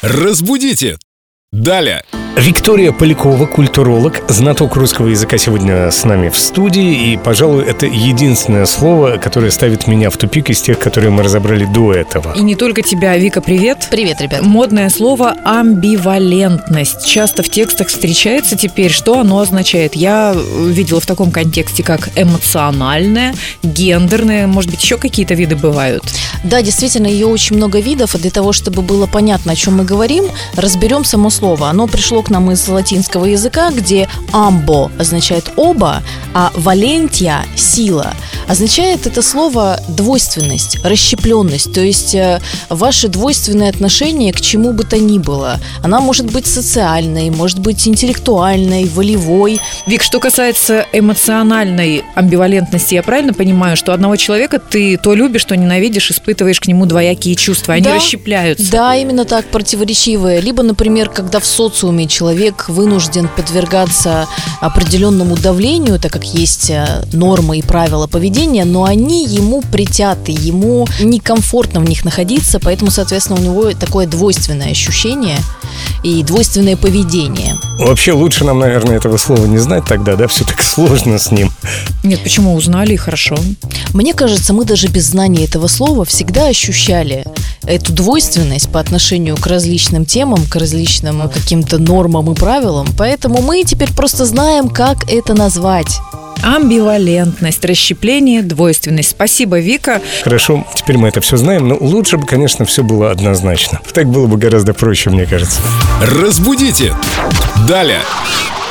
Разбудите! Далее! Виктория Полякова, культуролог, знаток русского языка, сегодня с нами в студии. И, пожалуй, это единственное слово, которое ставит меня в тупик из тех, которые мы разобрали до этого. И не только тебя, Вика, привет. Привет, ребят. Модное слово амбивалентность. Часто в текстах встречается теперь. Что оно означает? Я видела в таком контексте, как эмоциональное, гендерное. Может быть, еще какие-то виды бывают? Да, действительно, ее очень много видов. И для того, чтобы было понятно, о чем мы говорим, разберем само слово. Оно пришло к нам из латинского языка, где амбо означает оба, а валентия – сила. Означает это слово двойственность, расщепленность, то есть ваше двойственное отношение к чему бы то ни было. Она может быть социальной, может быть интеллектуальной, волевой. Вик, что касается эмоциональной амбивалентности, я правильно понимаю, что одного человека ты то любишь, то ненавидишь, испытываешь к нему двоякие чувства, они расщепляются? Да, именно так, противоречивые. Либо, например, когда в социуме человек вынужден подвергаться определенному давлению, так как есть нормы и правила поведения, но они ему притяты, ему некомфортно в них находиться, поэтому, соответственно, у него такое двойственное ощущение и двойственное поведение. Вообще лучше нам, наверное, этого слова не знать тогда, да? Все так сложно с ним. Нет, почему? Узнали и хорошо. Мне кажется, мы даже без знания этого слова всегда ощущали эту двойственность по отношению к различным темам, к различным каким-то нормам и правилам. Поэтому мы теперь просто знаем, как это назвать. Амбивалентность, расщепление, двойственность. Спасибо, Вика. Хорошо, теперь мы это все знаем, но лучше бы, конечно, все было однозначно. Так было бы гораздо проще, мне кажется. Разбудите! Далее!